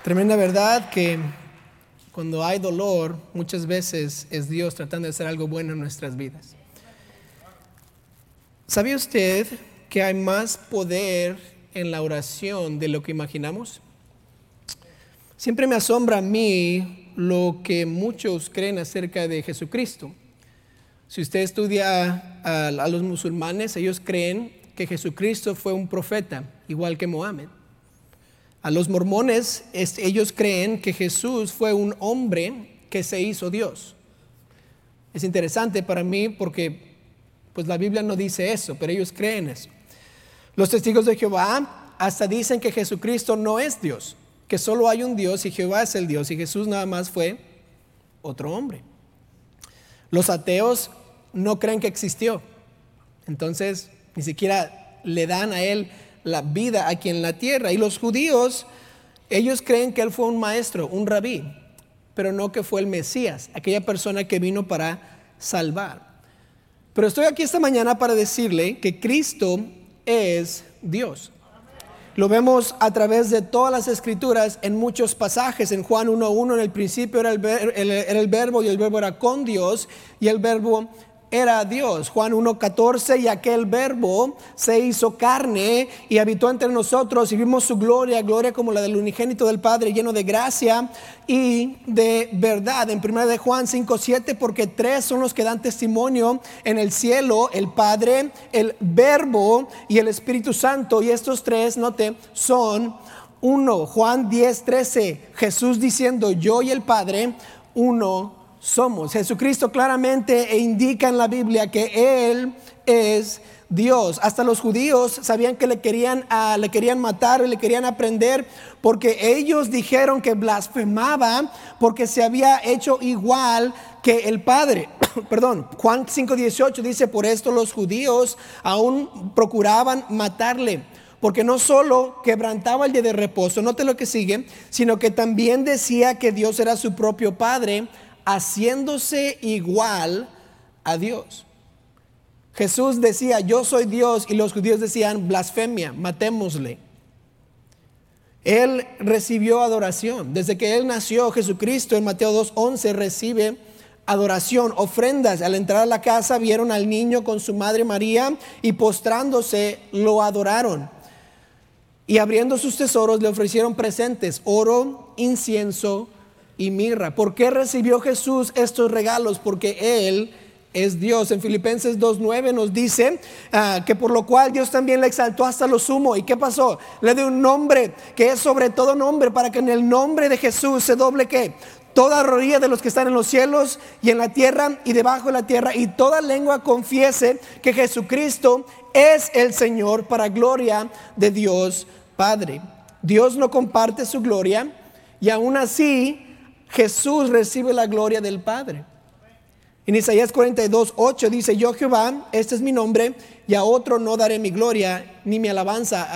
Tremenda verdad que cuando hay dolor, muchas veces es Dios tratando de hacer algo bueno en nuestras vidas. ¿Sabía usted que hay más poder en la oración de lo que imaginamos? Siempre me asombra a mí lo que muchos creen acerca de Jesucristo. Si usted estudia a los musulmanes, ellos creen que Jesucristo fue un profeta, igual que Mohammed. A los mormones, ellos creen que Jesús fue un hombre que se hizo Dios. Es interesante para mí porque pues la Biblia no dice eso, pero ellos creen eso. Los testigos de Jehová hasta dicen que Jesucristo no es Dios, que solo hay un Dios y Jehová es el Dios y Jesús nada más fue otro hombre. Los ateos no creen que existió, entonces ni siquiera le dan a él la vida aquí en la tierra. Y los judíos, ellos creen que él fue un maestro, un rabí, pero no que fue el Mesías, aquella persona que vino para salvar. Pero estoy aquí esta mañana para decirle que Cristo es Dios. Lo vemos a través de todas las escrituras en muchos pasajes. En Juan 1:1, en el principio era el verbo y el verbo era con Dios y el verbo era Dios. Juan 1:14, y aquel verbo se hizo carne y habitó entre nosotros y vimos su gloria, gloria como la del unigénito del Padre, lleno de gracia y de verdad. En 1 de Juan 5:7, porque tres son los que dan testimonio en el cielo: el Padre, el Verbo y el Espíritu Santo, y estos tres, note, son uno. Juan 10:13, Jesús diciendo: yo y el Padre uno somos. Jesucristo claramente indica en la Biblia que Él es Dios. Hasta los judíos sabían que le querían matar y le querían aprender porque ellos dijeron que blasfemaba porque se había hecho igual que el Padre. Perdón, Juan 5:18 dice: por esto los judíos aún procuraban matarle, porque no solo quebrantaba el día de reposo, note lo que sigue, sino que también decía que Dios era su propio Padre, haciéndose igual a Dios. Jesús decía: yo soy Dios, y los judíos decían: blasfemia, matémosle. Él recibió adoración. Desde que Él nació, Jesucristo en Mateo 2:11 recibe adoración, ofrendas. Al entrar a la casa vieron al niño con su madre María y postrándose lo adoraron. Y abriendo sus tesoros le ofrecieron presentes: oro, incienso y mirra. ¿Por qué recibió Jesús estos regalos? Porque Él es Dios. En Filipenses 2:9 nos dice que por lo cual Dios también le exaltó hasta lo sumo. ¿Y qué pasó? Le dio un nombre que es sobre todo nombre, para que en el nombre de Jesús se doble ¿qué? Toda rodilla de los que están en los cielos y en la tierra y debajo de la tierra, y toda lengua confiese que Jesucristo es el Señor, para gloria de Dios Padre. Dios no comparte su gloria, y aún así Jesús recibe la gloria del Padre. En Isaías 42:8 dice: yo Jehová, este es mi nombre, y a otro no daré mi gloria ni mi alabanza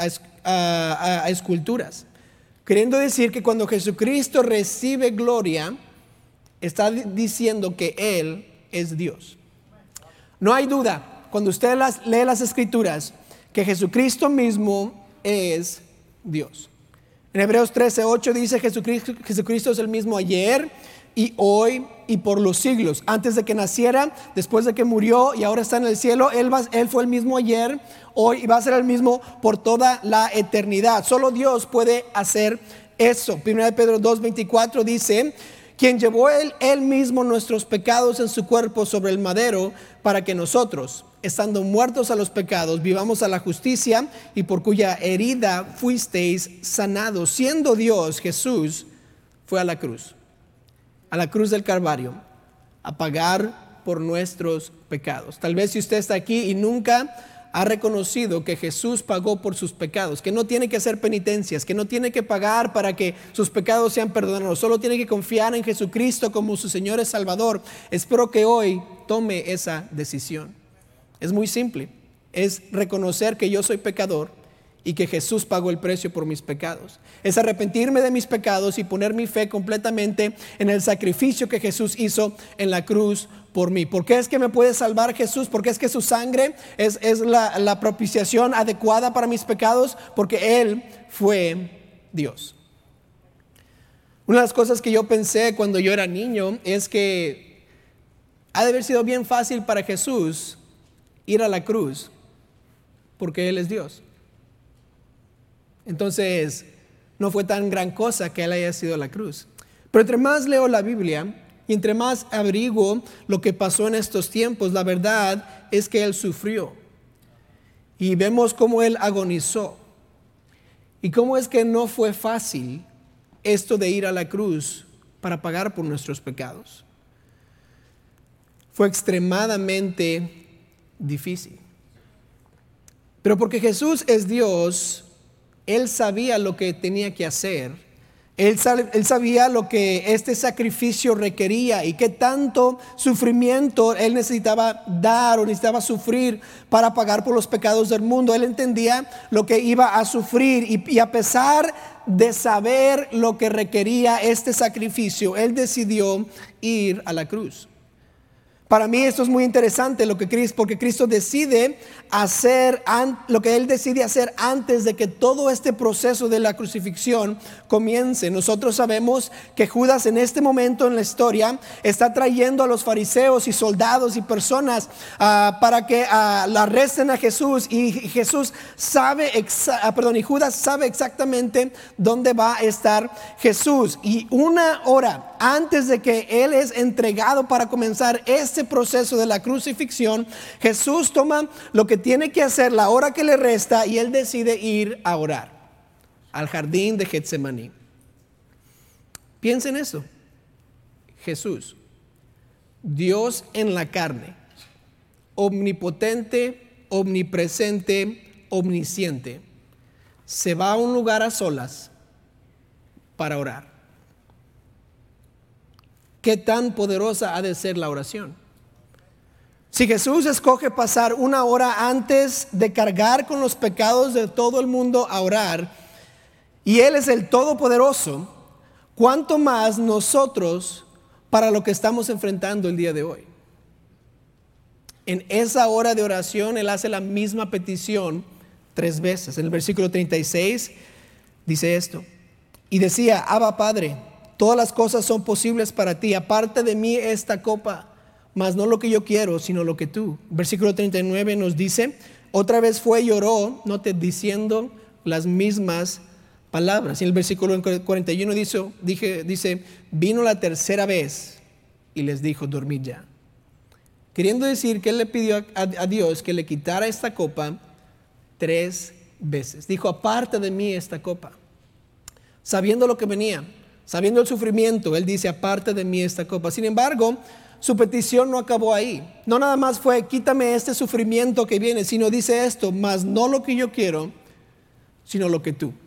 a esculturas. Queriendo decir que cuando Jesucristo recibe gloria, está diciendo que Él es Dios. No hay duda, cuando usted lee las escrituras, que Jesucristo mismo es Dios. En Hebreos 13:8 dice: Jesucristo es el mismo ayer y hoy y por los siglos. Antes de que naciera, después de que murió y ahora está en el cielo, Él fue el mismo ayer, hoy, y va a ser el mismo por toda la eternidad. Solo Dios puede hacer eso. 1 Pedro 2:24 dice: quien llevó él mismo nuestros pecados en su cuerpo sobre el madero, para que nosotros, estando muertos a los pecados, vivamos a la justicia, y por cuya herida fuisteis sanados. Siendo Dios, Jesús fue a la cruz del Calvario, a pagar por nuestros pecados. Tal vez si usted está aquí y nunca ha reconocido que Jesús pagó por sus pecados, que no tiene que hacer penitencias, que no tiene que pagar para que sus pecados sean perdonados, solo tiene que confiar en Jesucristo como su Señor y Salvador, espero que hoy tome esa decisión. Es muy simple, es reconocer que yo soy pecador y que Jesús pagó el precio por mis pecados. Es arrepentirme de mis pecados y poner mi fe completamente en el sacrificio que Jesús hizo en la cruz por mí. ¿Por qué es que me puede salvar Jesús? ¿Por qué es que su sangre es la propiciación adecuada para mis pecados? Porque Él fue Dios. Una de las cosas que yo pensé cuando yo era niño es que ha de haber sido bien fácil para Jesús ir a la cruz, porque Él es Dios. Entonces, no fue tan gran cosa que Él haya sido a la cruz. Pero entre más leo la Biblia y entre más averiguo lo que pasó en estos tiempos, la verdad es que Él sufrió. Y vemos cómo Él agonizó. Y cómo es que no fue fácil esto de ir a la cruz para pagar por nuestros pecados. Fue extremadamente difícil. Pero porque Jesús es Dios, Él sabía lo que tenía que hacer. Él sabía lo que este sacrificio requería y qué tanto sufrimiento Él necesitaba dar o necesitaba sufrir para pagar por los pecados del mundo. Él entendía lo que iba a sufrir y a pesar de saber lo que requería este sacrificio, Él decidió ir a la cruz. Para mí esto es muy interesante porque Cristo decide hacer lo que Él decide hacer antes de que todo este proceso de la crucifixión comience. Nosotros sabemos que Judas en este momento en la historia está trayendo a los fariseos y soldados y personas para que la arresten a Jesús, y Judas sabe exactamente dónde va a estar Jesús. Y una hora antes de que Él es entregado para comenzar este proceso de la crucifixión, Jesús toma lo que tiene que hacer, la hora que le resta, y Él decide ir a orar al jardín de Getsemaní. Piensen eso. Jesús, Dios en la carne, omnipotente, omnipresente, omnisciente, se va a un lugar a solas para orar. ¿Qué tan poderosa ha de ser la oración? Si Jesús escoge pasar una hora antes de cargar con los pecados de todo el mundo a orar, y Él es el Todopoderoso, ¿cuánto más nosotros para lo que estamos enfrentando el día de hoy? En esa hora de oración Él hace la misma petición 3 veces. En el versículo 36 dice esto: y decía, Abba Padre, todas las cosas son posibles para ti, aparte de mí esta copa, mas no lo que yo quiero, sino lo que tú. Versículo 39 nos dice, otra vez fue y oró, diciendo las mismas palabras. Y en el versículo 41 dice, vino la tercera vez y les dijo, dormid ya. Queriendo decir que Él le pidió a Dios que le quitara esta copa 3 veces. Dijo, aparte de mí esta copa. Sabiendo lo que venía, sabiendo el sufrimiento, Él dice, aparte de mí esta copa. Sin embargo, su petición no acabó ahí. No nada más fue, quítame este sufrimiento que viene, sino dice esto, mas no lo que yo quiero, sino lo que tú.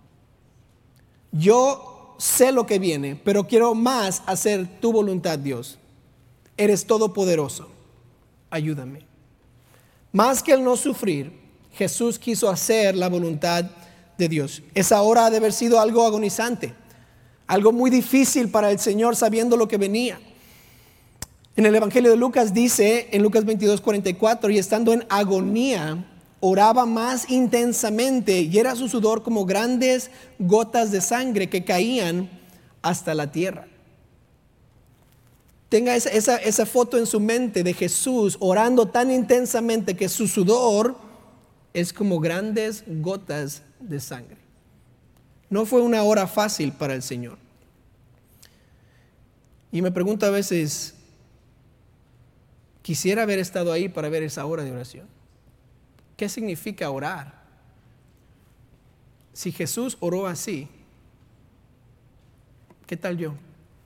Yo sé lo que viene, pero quiero más hacer tu voluntad, Dios. Eres todopoderoso. Ayúdame. Más que el no sufrir, Jesús quiso hacer la voluntad de Dios. Esa hora ha de haber sido algo agonizante, algo muy difícil para el Señor, sabiendo lo que venía. En el Evangelio de Lucas dice, en Lucas 22:44, y estando en agonía, oraba más intensamente, y era su sudor como grandes gotas de sangre que caían hasta la tierra. Tenga esa foto en su mente de Jesús orando tan intensamente que su sudor es como grandes gotas de sangre. No fue una hora fácil para el Señor. Y me pregunto a veces, quisiera haber estado ahí para ver esa hora de oración. ¿Qué significa orar? Si Jesús oró así, ¿qué tal yo?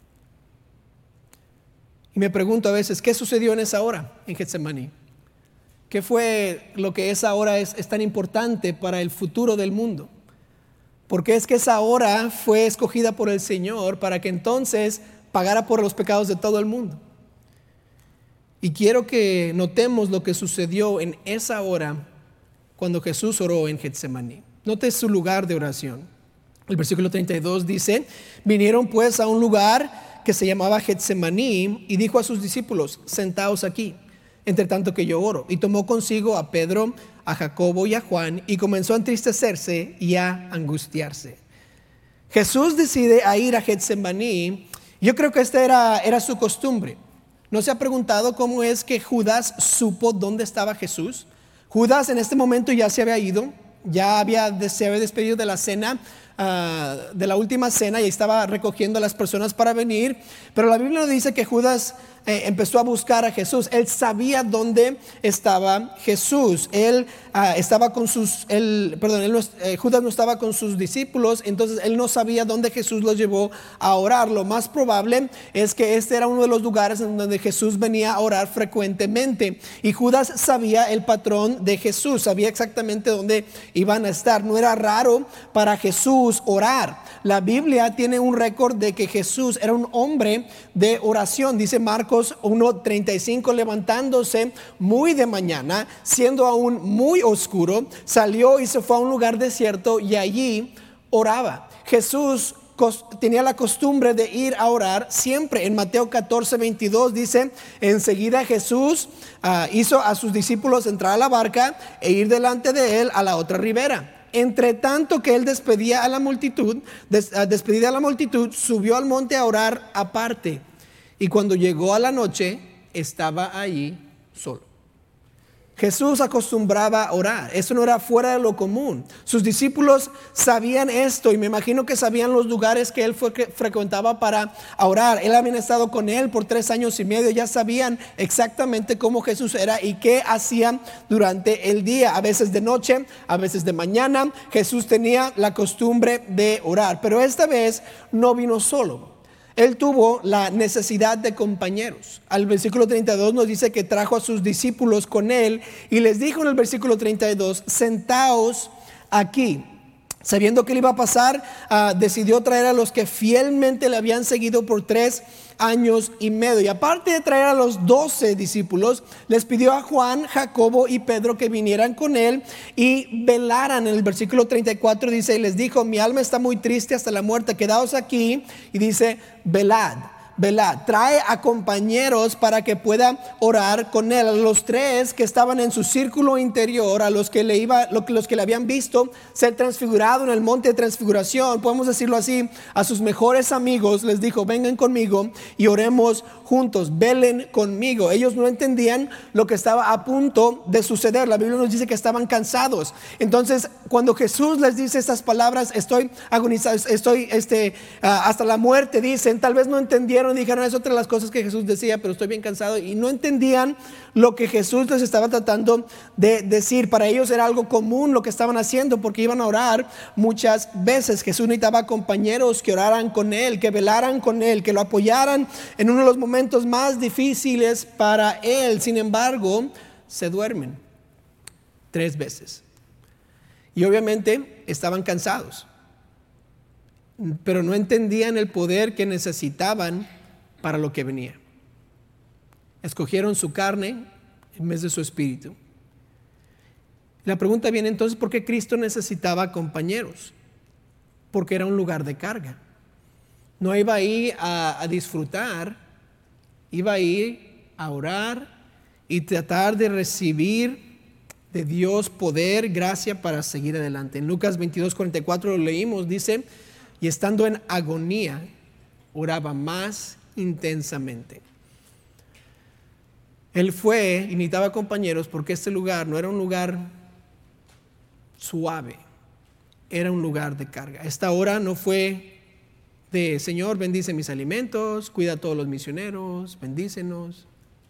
Y me pregunto a veces, ¿qué sucedió en esa hora en Getsemaní? ¿Qué fue lo que esa hora es tan importante para el futuro del mundo? Porque es que esa hora fue escogida por el Señor para que entonces pagara por los pecados de todo el mundo. Y quiero que notemos lo que sucedió en esa hora cuando Jesús oró en Getsemaní. Note su lugar de oración. El versículo 32 dice, vinieron pues a un lugar que se llamaba Getsemaní y dijo a sus discípulos, sentaos aquí, entre tanto que yo oro. Y tomó consigo a Pedro, a Jacobo y a Juan y comenzó a entristecerse y a angustiarse. Jesús decide a ir a Getsemaní. Yo creo que esta era su costumbre. ¿No se ha preguntado cómo es que Judas supo dónde estaba Jesús? Judas en este momento ya se había ido, se había despedido de la cena, de la última cena, y estaba recogiendo a las personas para venir. Pero la Biblia nos dice que Judas empezó a buscar a Jesús. Él sabía dónde estaba Jesús. Judas no estaba con sus discípulos, entonces él no sabía dónde Jesús los llevó a orar. Lo más probable es que este era uno de los lugares en donde Jesús venía a orar frecuentemente, y Judas sabía el patrón de Jesús, sabía exactamente dónde iban a estar. No era raro para Jesús orar. La Biblia tiene un récord de que Jesús era un hombre de oración. Dice Marcos 1:35, levantándose muy de mañana, siendo aún muy oscuro, salió y se fue a un lugar desierto y allí oraba. Jesús tenía la costumbre de ir a orar siempre. En Mateo 14:22 dice: enseguida Jesús hizo a sus discípulos entrar a la barca e ir delante de él a la otra ribera. Entre tanto que él despedía a la multitud, subió al monte a orar aparte. Y cuando llegó a la noche, estaba allí solo. Jesús acostumbraba a orar. Eso no era fuera de lo común. Sus discípulos sabían esto, y me imagino que sabían los lugares que él frecuentaba para orar. Él había estado con él por 3 años y medio. Ya sabían exactamente cómo Jesús era y qué hacía durante el día. A veces de noche, a veces de mañana. Jesús tenía la costumbre de orar. Pero esta vez no vino solo. Él tuvo la necesidad de compañeros. Al versículo 32 nos dice que trajo a sus discípulos con él y les dijo en el versículo 32: sentaos aquí. Sabiendo que le iba a pasar, decidió traer a los que fielmente le habían seguido por 3 años y medio. Y aparte de traer a los 12 discípulos, les pidió a Juan, Jacobo y Pedro que vinieran con él y velaran. En el versículo 34 dice: y les dijo: mi alma está muy triste hasta la muerte, quedaos aquí. Y dice: velad. Trae a compañeros para que pueda orar con él. A los 3 que estaban en su círculo interior, a los que le habían visto ser transfigurado en el monte de transfiguración, podemos decirlo así, a sus mejores amigos les dijo: vengan conmigo y oremos juntos, velen conmigo. Ellos no entendían lo que estaba a punto de suceder. La Biblia nos dice que estaban cansados. Entonces, cuando Jesús les dice estas palabras: estoy agonizado, hasta la muerte, dicen, tal vez no entendieron. Dijeron: es otra de las cosas que Jesús decía, pero estoy bien cansado. Y no entendían lo que Jesús les estaba tratando de decir. Para ellos era algo común lo que estaban haciendo, porque iban a orar muchas veces. Jesús necesitaba compañeros que oraran con él, que velaran con él, que lo apoyaran en uno de los momentos más difíciles para él. Sin embargo, se duermen 3 veces. Y obviamente estaban cansados, pero no entendían el poder que necesitaban para lo que venía. Escogieron su carne en vez de su espíritu. La pregunta viene entonces: ¿por qué Cristo necesitaba compañeros? Porque era un lugar de carga. No iba ahí a disfrutar, iba ahí a orar y tratar de recibir de Dios poder, gracia para seguir adelante. En Lucas 22:44 lo leímos, dice: y estando en agonía, oraba más intensamente. Él fue y necesitaba compañeros porque este lugar no era un lugar suave, era un lugar de carga. Esta hora no fue de: Señor, bendice mis alimentos, cuida a todos los misioneros, bendícenos.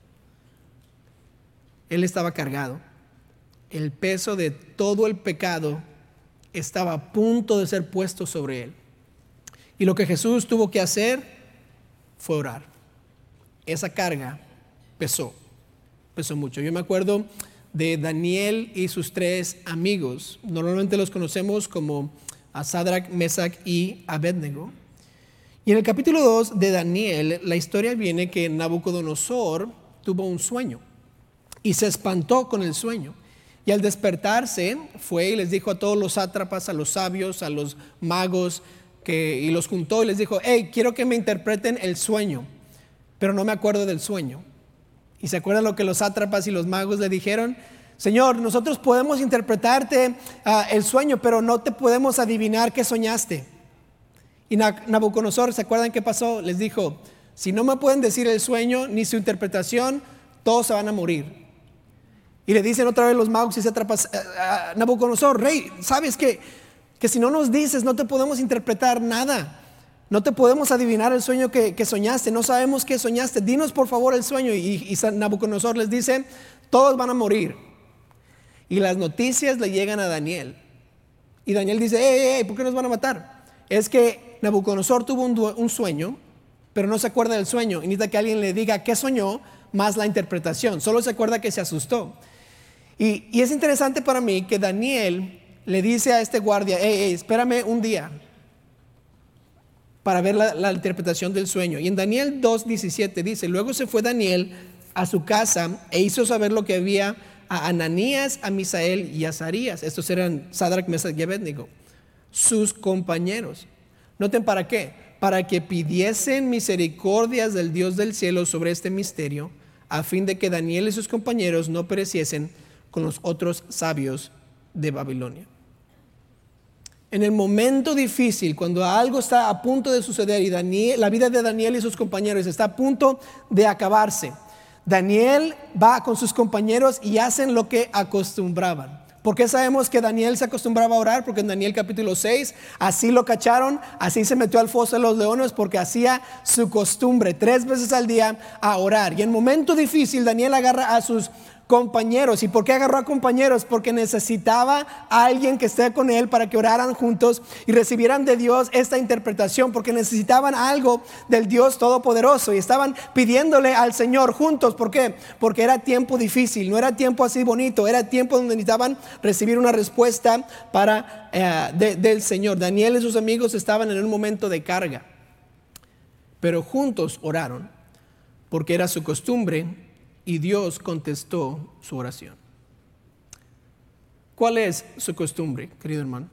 Él estaba cargado. El peso de todo el pecado estaba a punto de ser puesto sobre él. Y lo que Jesús tuvo que hacer fue orar. Esa carga pesó mucho. Yo me acuerdo de Daniel y sus 3 amigos. Normalmente los conocemos como a Sadrach, Mesach y Abednego. Y en el capítulo 2 de Daniel, la historia viene que Nabucodonosor tuvo un sueño y se espantó con el sueño. Y al despertarse fue y les dijo a todos los sátrapas, a los sabios, a los magos, y los juntó y les dijo: hey, quiero que me interpreten el sueño, pero no me acuerdo del sueño. ¿Y se acuerdan lo que los sátrapas y los magos le dijeron? Señor, nosotros podemos interpretarte el sueño, pero no te podemos adivinar qué soñaste. Y Nabucodonosor, ¿se acuerdan qué pasó? Les dijo, si no me pueden decir el sueño ni su interpretación, todos se van a morir. Y le dicen otra vez los magos y se atrapan, Nabucodonosor, rey, ¿sabes que si no nos dices no te podemos interpretar nada? No te podemos adivinar el sueño que soñaste, no sabemos qué soñaste, dinos por favor el sueño. Y Nabucodonosor les dice, todos van a morir. Y las noticias le llegan a Daniel. Y Daniel dice, ¿por qué nos van a matar? Es que Nabucodonosor tuvo un sueño, pero no se acuerda del sueño. Y necesita que alguien le diga qué soñó, más la interpretación. Solo se acuerda que se asustó. Y es interesante para mí que Daniel le dice a este guardia, espérame un día para ver la interpretación del sueño. Y en Daniel 2:17 dice, luego se fue Daniel a su casa e hizo saber lo que había a Ananías, a Misael y a Azarías. Estos eran Sadrach, Mesach y Abednego, sus compañeros. Noten para qué. Para que pidiesen misericordias del Dios del cielo sobre este misterio, a fin de que Daniel y sus compañeros no pereciesen con los otros sabios de Babilonia. En el momento difícil, cuando algo está a punto de suceder y la vida de Daniel y sus compañeros está a punto de acabarse, Daniel va con sus compañeros y hacen lo que acostumbraban. ¿Por qué sabemos que Daniel se acostumbraba a orar? Porque en Daniel capítulo 6, así lo cacharon, así se metió al foso de los leones, porque hacía su costumbre 3 veces al día a orar. Y en momento difícil Daniel agarra a sus compañeros. ¿Y por qué agarró a compañeros? Porque necesitaba a alguien que esté con él para que oraran juntos y recibieran de Dios esta interpretación, porque necesitaban algo del Dios Todopoderoso y estaban pidiéndole al Señor juntos. ¿Por qué? Porque era tiempo difícil, no era tiempo así bonito, era tiempo donde necesitaban recibir una respuesta del Señor. Daniel y sus amigos estaban en un momento de carga, pero juntos oraron porque era su costumbre. Y Dios contestó su oración. ¿Cuál es su costumbre, querido hermano?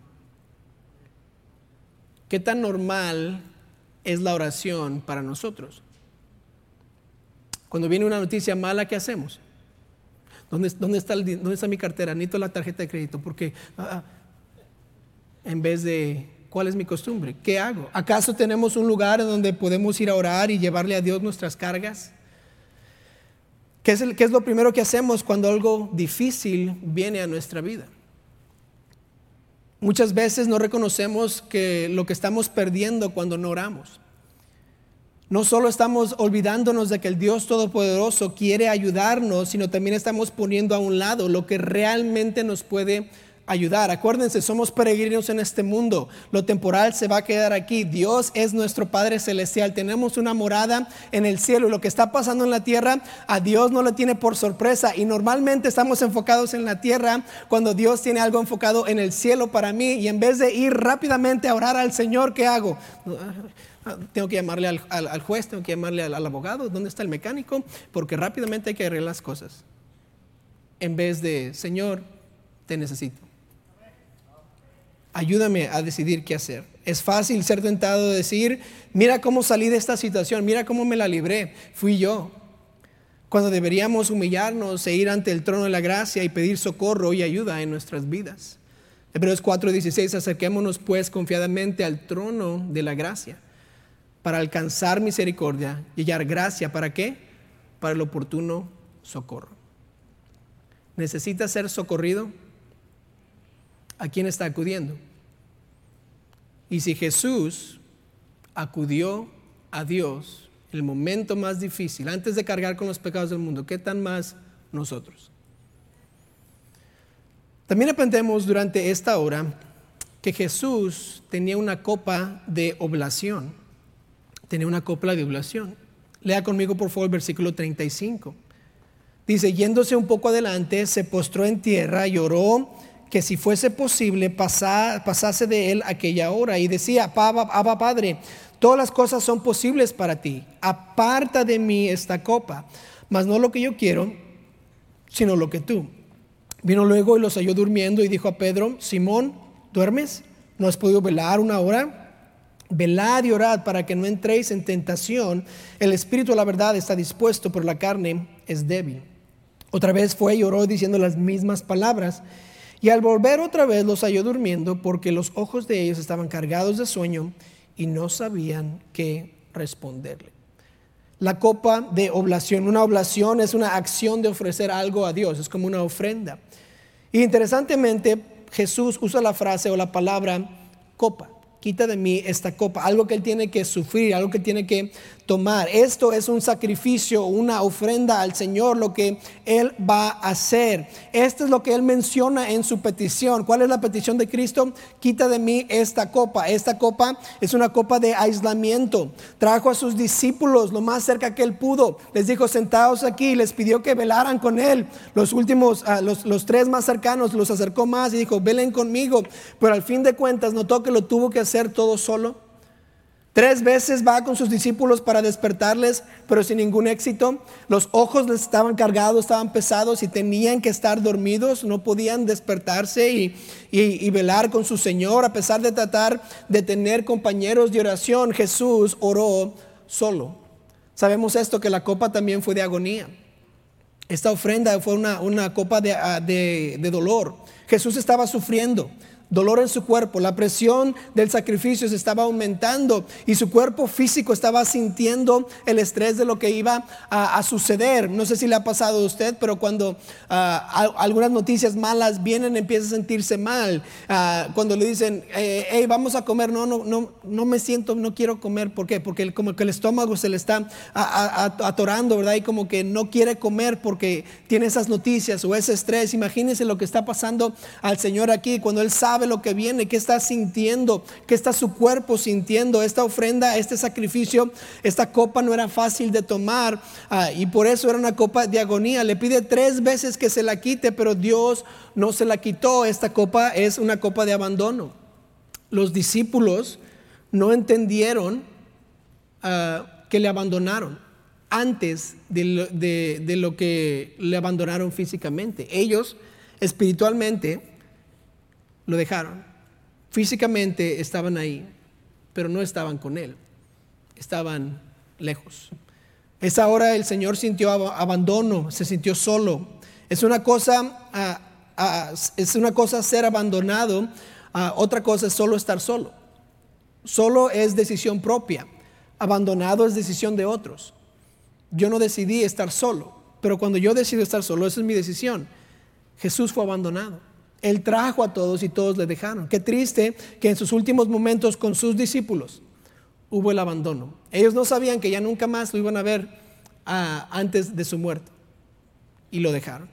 ¿Qué tan normal es la oración para nosotros? Cuando viene una noticia mala, ¿qué hacemos? ¿Dónde está mi cartera? Necesito la tarjeta de crédito. Porque en vez de, ¿cuál es mi costumbre? ¿Qué hago? ¿Acaso tenemos un lugar donde podemos ir a orar y llevarle a Dios nuestras cargas? ¿Qué es lo primero que hacemos cuando algo difícil viene a nuestra vida? Muchas veces no reconocemos que lo que estamos perdiendo cuando no oramos. No solo estamos olvidándonos de que el Dios Todopoderoso quiere ayudarnos, sino también estamos poniendo a un lado lo que realmente nos puede ayudar. Acuérdense, somos peregrinos en este mundo. Lo temporal se va a quedar aquí. Dios es nuestro Padre Celestial. Tenemos una morada en el cielo. Y lo que está pasando en la tierra, a Dios no lo tiene por sorpresa. Y normalmente estamos enfocados en la tierra cuando Dios tiene algo enfocado en el cielo para mí. Y en vez de ir rápidamente a orar al Señor, ¿qué hago? Tengo que llamarle al juez, tengo que llamarle al abogado. ¿Dónde está el mecánico? Porque rápidamente hay que arreglar las cosas. En vez de, Señor, te necesito. Ayúdame a decidir qué hacer. Es fácil ser tentado de decir, mira cómo salí de esta situación, mira cómo me la libré, fui yo. Cuando deberíamos humillarnos e ir ante el trono de la gracia y pedir socorro y ayuda en nuestras vidas. Hebreos 4:16, acerquémonos pues confiadamente al trono de la gracia para alcanzar misericordia y hallar gracia. ¿Para qué? Para el oportuno socorro. ¿Necesitas ser socorrido? ¿A quién está acudiendo? Y si Jesús acudió a Dios en el momento más difícil, antes de cargar con los pecados del mundo, ¿qué tan más nosotros? También aprendemos durante esta hora que Jesús tenía una copa de oblación. Tenía una copa de oblación. Lea conmigo por favor el versículo 35. Dice, yéndose un poco adelante, se postró en tierra y oró que si fuese posible pasase de él aquella hora, y decía, Abba Padre, todas las cosas son posibles para ti, aparta de mí esta copa, mas no lo que yo quiero, sino lo que tú. Vino luego y los halló durmiendo y dijo a Pedro, Simón, ¿duermes? ¿No has podido velar una hora? Velad y orad para que no entréis en tentación. El espíritu a la verdad está dispuesto, pero la carne es débil. Otra vez fue y oró diciendo las mismas palabras. Y al volver otra vez los halló durmiendo, porque los ojos de ellos estaban cargados de sueño, y no sabían qué responderle. La copa de oblación. Una oblación es una acción de ofrecer algo a Dios, es como una ofrenda. Y interesantemente, Jesús usa la frase o la palabra copa. Quita de mí esta copa, algo que Él tiene que sufrir, algo que tiene que tomar. Esto es un sacrificio, una ofrenda al Señor, lo que Él va a hacer. Esto es lo que Él menciona en su petición. ¿Cuál es la petición de Cristo? Quita de mí esta copa. Esta copa es una copa de aislamiento. Trajo a sus discípulos lo más cerca que Él pudo. Les dijo, sentados aquí, les pidió que velaran con Él. Los últimos, los tres más cercanos, los acercó más y dijo, velen conmigo. Pero al fin de cuentas notó que lo tuvo que hacer todo solo. 3 veces va con sus discípulos para despertarles, pero sin ningún éxito. Los ojos les estaban cargados, estaban pesados y tenían que estar dormidos. No podían despertarse y velar con su Señor. A pesar de tratar de tener compañeros de oración, Jesús oró solo. Sabemos esto, que la copa también fue de agonía. Esta ofrenda fue una copa de dolor. Jesús estaba sufriendo dolor en su cuerpo, la presión del sacrificio se estaba aumentando y su cuerpo físico estaba sintiendo el estrés de lo que iba a suceder. No sé si le ha pasado a usted, pero cuando algunas noticias malas vienen, empieza a sentirse mal. Cuando le dicen, hey, vamos a comer, no me siento, no quiero comer. ¿Por qué? Porque como que el estómago se le está atorando, ¿verdad? Y como que no quiere comer porque tiene esas noticias o ese estrés. Imagínense lo que está pasando al Señor aquí, cuando Él sabe lo que viene, qué está sintiendo, qué está su cuerpo sintiendo. Esta ofrenda, este sacrificio, esta copa no era fácil de tomar, y por eso era una copa de agonía. Le pide 3 veces que se la quite, pero Dios no se la quitó. Esta copa es una copa de abandono. Los discípulos no entendieron que le abandonaron antes de lo que le abandonaron físicamente. Ellos espiritualmente lo dejaron. Físicamente estaban ahí, pero no estaban con Él. Estaban lejos. Esa hora el Señor sintió abandono, se sintió solo. Es una cosa ser abandonado, otra cosa es solo estar solo. Solo es decisión propia, abandonado es decisión de otros. Yo no decidí estar solo, pero cuando yo decido estar solo, esa es mi decisión. Jesús fue abandonado. Él trajo a todos y todos le dejaron. Qué triste que en sus últimos momentos con sus discípulos hubo el abandono. Ellos no sabían que ya nunca más lo iban a ver antes de su muerte y lo dejaron.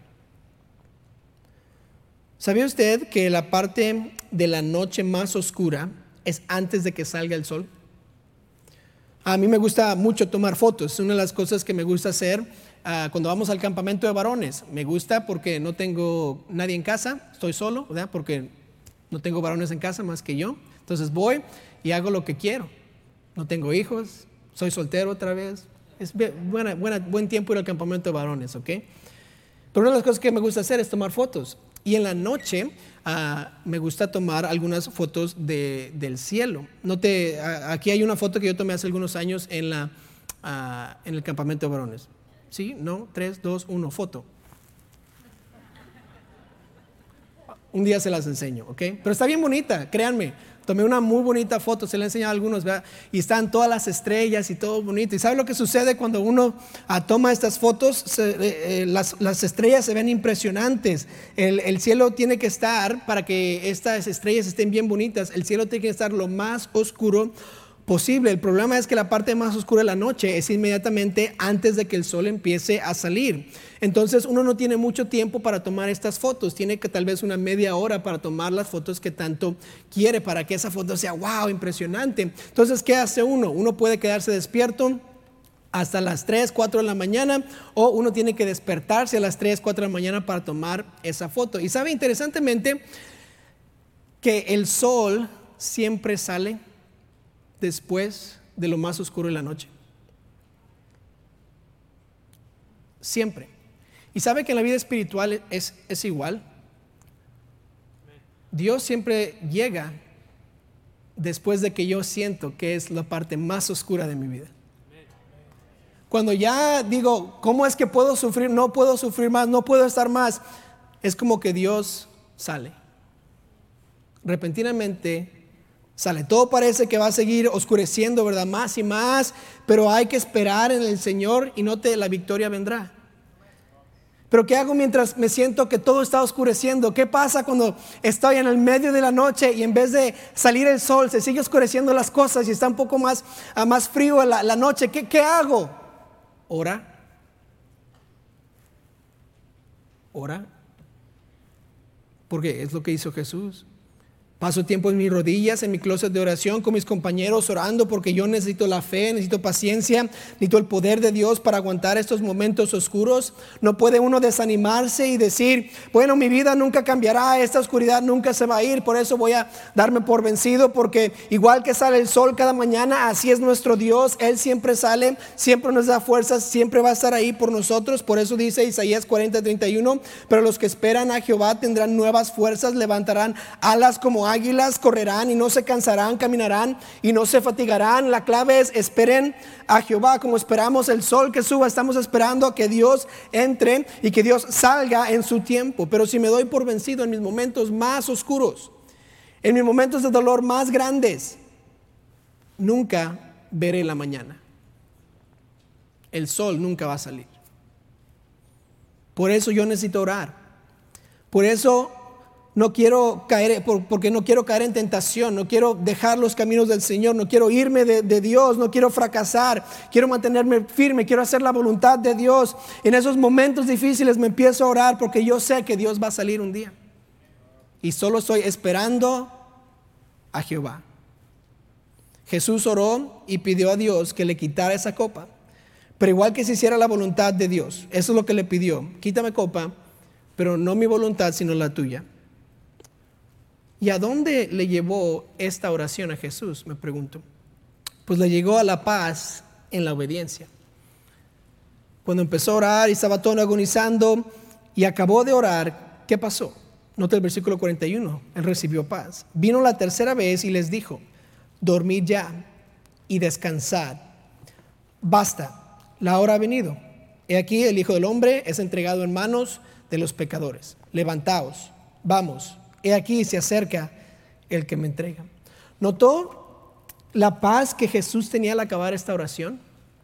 ¿Sabía usted que la parte de la noche más oscura es antes de que salga el sol? A mí me gusta mucho tomar fotos. Es una de las cosas que me gusta hacer cuando vamos al campamento de varones. Me gusta porque no tengo nadie en casa, estoy solo, ¿verdad? Porque no tengo varones en casa más que yo. Entonces voy y hago lo que quiero. No tengo hijos, soy soltero otra vez. Es buen tiempo ir al campamento de varones, ¿ok? Pero una de las cosas que me gusta hacer es tomar fotos. Y en la noche me gusta tomar algunas fotos del cielo. Aquí hay una foto que yo tomé hace algunos años en el campamento de varones. ¿Sí? ¿No? 3, 2, 1, foto. Un día se las enseño, ¿ok? Pero está bien bonita, créanme. Tomé una muy bonita foto, se la he enseñado a algunos, ¿verdad? Y están todas las estrellas y todo bonito. ¿Y sabe lo que sucede cuando uno toma estas fotos? Las estrellas se ven impresionantes. El cielo tiene que estar, para que estas estrellas estén bien bonitas, el cielo tiene que estar lo más oscuro posible. El problema es que la parte más oscura de la noche es inmediatamente antes de que el sol empiece a salir. Entonces uno no tiene mucho tiempo para tomar estas fotos. Tiene que tal vez una media hora para tomar las fotos que tanto quiere, para que esa foto sea wow, impresionante. Entonces, ¿qué hace uno? Uno puede quedarse despierto hasta las 3, 4 de la mañana, o uno tiene que despertarse a las 3, 4 de la mañana para tomar esa foto. Y sabe, interesantemente, que el sol siempre sale después de lo más oscuro de la noche. Siempre. Y sabe que en la vida espiritual es igual. Dios siempre llega después de que yo siento que es la parte más oscura de mi vida. Cuando ya digo, ¿cómo es que puedo sufrir? No puedo sufrir más, no puedo estar más. Es como que Dios sale. Repentinamente Sale, todo parece que va a seguir oscureciendo, ¿verdad? Más y más, pero hay que esperar en el Señor y la victoria vendrá. Pero ¿qué hago mientras me siento que todo está oscureciendo? ¿Qué pasa cuando estoy en el medio de la noche y en vez de salir el sol se sigue oscureciendo las cosas y está un poco más frío la noche? ¿Qué hago? Ora. Ora. Porque es lo que hizo Jesús. Paso tiempo en mis rodillas, en mi closet de oración con mis compañeros orando porque yo necesito la fe, necesito paciencia, necesito el poder de Dios para aguantar estos momentos oscuros. No puede uno desanimarse y decir, bueno, mi vida nunca cambiará, esta oscuridad nunca se va a ir, por eso voy a darme por vencido, porque igual que sale el sol cada mañana, así es nuestro Dios. Él siempre sale, siempre nos da fuerzas, siempre va a estar ahí por nosotros. Por eso dice Isaías 40:31, pero los que esperan a Jehová tendrán nuevas fuerzas, levantarán alas como águilas, correrán y no se cansarán, caminarán y no se fatigarán. La clave es esperen a Jehová, como esperamos el sol que suba. Estamos esperando a que Dios entre y que Dios salga en su tiempo. Pero si me doy por vencido en mis momentos más oscuros, en mis momentos de dolor más grandes, nunca veré la mañana. El sol nunca va a salir. Por eso yo necesito orar. Por eso no quiero caer, porque no quiero caer en tentación, no quiero dejar los caminos del Señor, no quiero irme de Dios, no quiero fracasar, quiero mantenerme firme, quiero hacer la voluntad de Dios. En esos momentos difíciles me empiezo a orar porque yo sé que Dios va a salir un día. Y solo estoy esperando a Jehová. Jesús oró y pidió a Dios que le quitara esa copa, pero igual que se hiciera la voluntad de Dios. Eso es lo que le pidió: quítame copa, pero no mi voluntad sino la tuya. ¿Y a dónde le llevó esta oración a Jesús? Me pregunto. Pues le llegó a la paz en la obediencia. Cuando empezó a orar y estaba todo agonizando y acabó de orar, ¿qué pasó? Nota el versículo 41. Él recibió paz. Vino la tercera vez y les dijo: dormid ya y descansad. Basta, la hora ha venido. He aquí el Hijo del Hombre es entregado en manos de los pecadores. Levantaos, vamos. He aquí se acerca el que me entrega. ¿Notó la paz que Jesús tenía al acabar esta oración?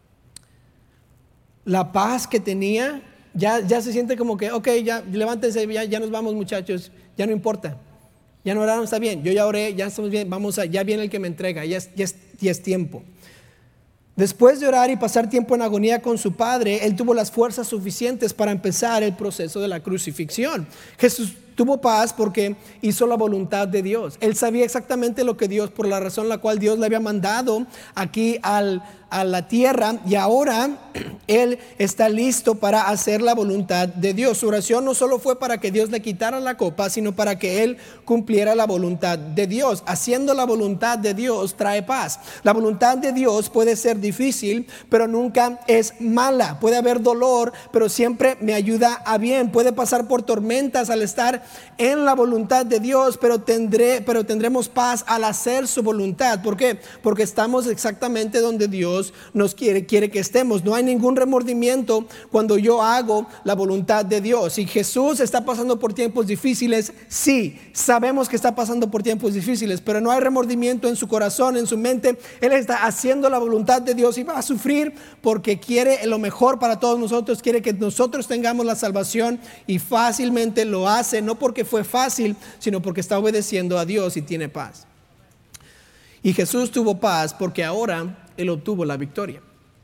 La paz que tenía, ya se siente como que, ok, ya levántense, ya nos vamos, muchachos, ya no importa. Ya no oraron, está bien, yo ya oré, ya estamos bien, ya viene el que me entrega, ya es tiempo. Después de orar y pasar tiempo en agonía con su Padre, Él tuvo las fuerzas suficientes para empezar el proceso de la crucifixión. Jesús tuvo paz porque hizo la voluntad de Dios. Él sabía exactamente lo que Dios, por la razón la cual Dios le había mandado aquí a la tierra, y ahora Él está listo para hacer la voluntad de Dios. Su oración no solo fue para que Dios le quitara la copa, sino para que Él cumpliera la voluntad de Dios. Haciendo la voluntad de Dios trae paz. La voluntad de Dios puede ser difícil, pero nunca es mala. Puede haber dolor, pero siempre me ayuda a bien. Puede pasar por tormentas al estar en la voluntad de Dios, pero tendremos paz al hacer su voluntad. ¿Por qué? Porque estamos exactamente donde Dios nos quiere que estemos. No hay ningún remordimiento cuando yo hago la voluntad de Dios. Si Jesús está pasando por tiempos difíciles, sí, sabemos que está pasando por tiempos difíciles, pero no hay remordimiento en su corazón, en su mente. Él está haciendo la voluntad de Dios y va a sufrir porque quiere lo mejor para todos nosotros, quiere que nosotros tengamos la salvación, y fácilmente lo hace, no porque fue fácil, sino porque está obedeciendo a Dios y tiene paz. Y Jesús tuvo paz porque ahora Él obtuvo la victoria.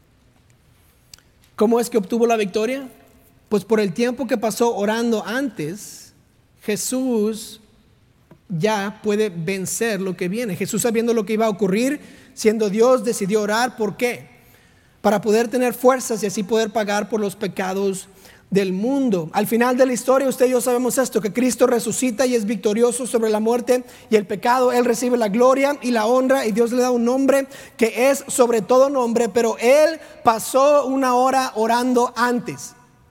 ¿Cómo es que obtuvo la victoria? Pues por el tiempo que pasó orando antes, Jesús ya puede vencer lo que viene. Jesús, sabiendo lo que iba a ocurrir, siendo Dios, decidió orar. ¿Por qué? Para poder tener fuerzas y así poder pagar por los pecados del mundo. Al final de la historia, usted y yo sabemos esto, que Cristo resucita y es victorioso sobre la muerte y el pecado. Él recibe la gloria y la honra, y Dios le da un nombre que es sobre todo nombre, pero Él pasó una hora orando antes.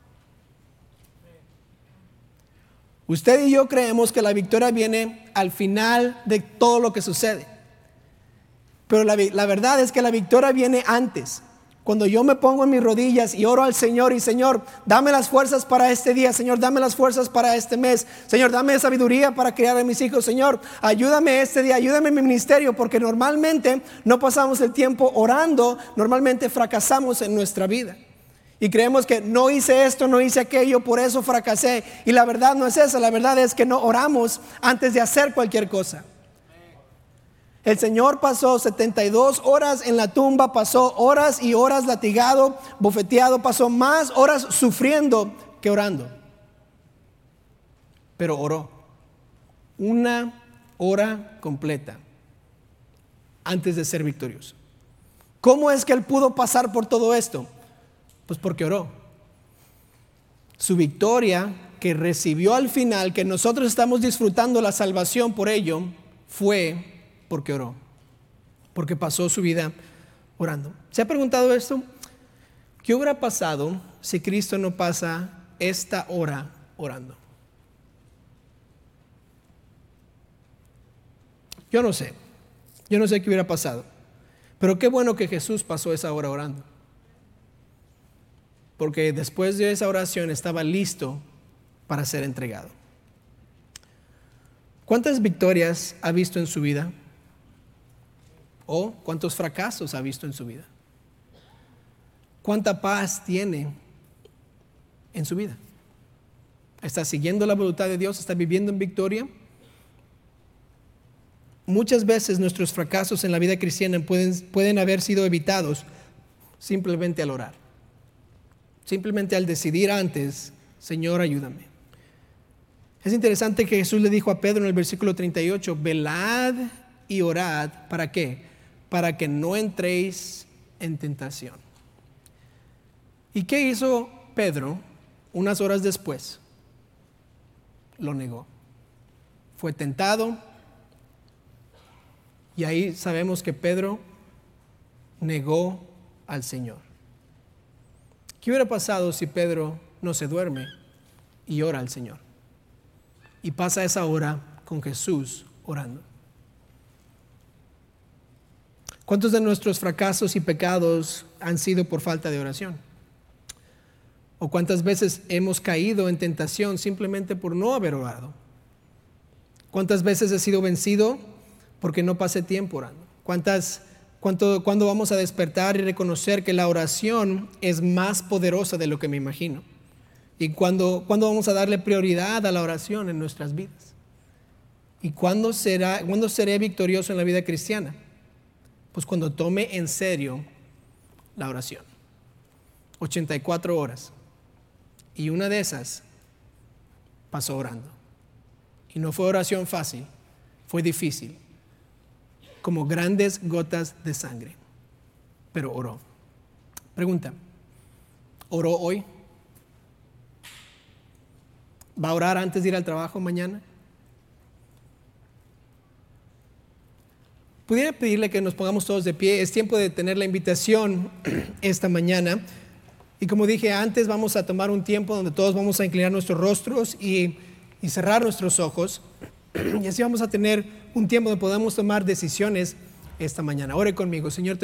Usted y yo creemos que la victoria viene al final de todo lo que sucede, pero la verdad es que la victoria viene antes. Cuando yo me pongo en mis rodillas y oro al Señor y Señor, dame las fuerzas para este día, Señor, dame las fuerzas para este mes, Señor, dame sabiduría para criar a mis hijos, Señor, ayúdame este día, ayúdame en mi ministerio, porque normalmente no pasamos el tiempo orando, normalmente fracasamos en nuestra vida. Y creemos que no hice esto, no hice aquello, por eso fracasé. Y la verdad no es esa, la verdad es que no oramos antes de hacer cualquier cosa. El Señor pasó 72 horas en la tumba, pasó horas y horas latigado, bofeteado, pasó más horas sufriendo que orando. Pero oró 1 hora completa antes de ser victorioso. ¿Cómo es que Él pudo pasar por todo esto? Pues porque oró. Su victoria que recibió al final, que nosotros estamos disfrutando la salvación por ello, fue porque oró, porque pasó su vida orando. ¿Se ha preguntado esto? ¿Qué hubiera pasado si Cristo no pasa esta hora orando? Yo no sé qué hubiera pasado, pero qué bueno que Jesús pasó esa hora orando, porque después de esa oración estaba listo para ser entregado. ¿Cuántas victorias ha visto en su vida? ¿O cuántos fracasos ha visto en su vida? ¿Cuánta paz tiene en su vida? ¿Está siguiendo la voluntad de Dios? ¿Está viviendo en victoria? Muchas veces nuestros fracasos en la vida cristiana pueden haber sido evitados simplemente al orar. Simplemente al decidir antes, Señor, ayúdame. Es interesante que Jesús le dijo a Pedro en el versículo 38, velad y orad, ¿para qué? Para que no entréis en tentación. ¿Y qué hizo Pedro unas horas después? Lo negó. Fue tentado y ahí sabemos que Pedro negó al Señor. ¿Qué hubiera pasado si Pedro no se duerme y ora al Señor? Y pasa esa hora con Jesús orando. ¿Cuántos de nuestros fracasos y pecados han sido por falta de oración? ¿O cuántas veces hemos caído en tentación simplemente por no haber orado? ¿Cuántas veces he sido vencido porque no pasé tiempo orando? ¿Cuándo vamos a despertar y reconocer que la oración es más poderosa de lo que me imagino? ¿Y cuándo vamos a darle prioridad a la oración en nuestras vidas? ¿Y cuándo seré victorioso en la vida cristiana? Pues cuando tome en serio la oración. 84 horas. Y una de esas pasó orando. Y no fue oración fácil, fue difícil. Como grandes gotas de sangre. Pero oró. Pregunta, ¿oró hoy? ¿Va a orar antes de ir al trabajo mañana? Pudiera pedirle que nos pongamos todos de pie. Es tiempo de tener la invitación esta mañana. Y como dije antes, vamos a tomar un tiempo donde todos vamos a inclinar nuestros rostros y cerrar nuestros ojos. Y así vamos a tener un tiempo donde podamos tomar decisiones esta mañana. Ore conmigo, Señor.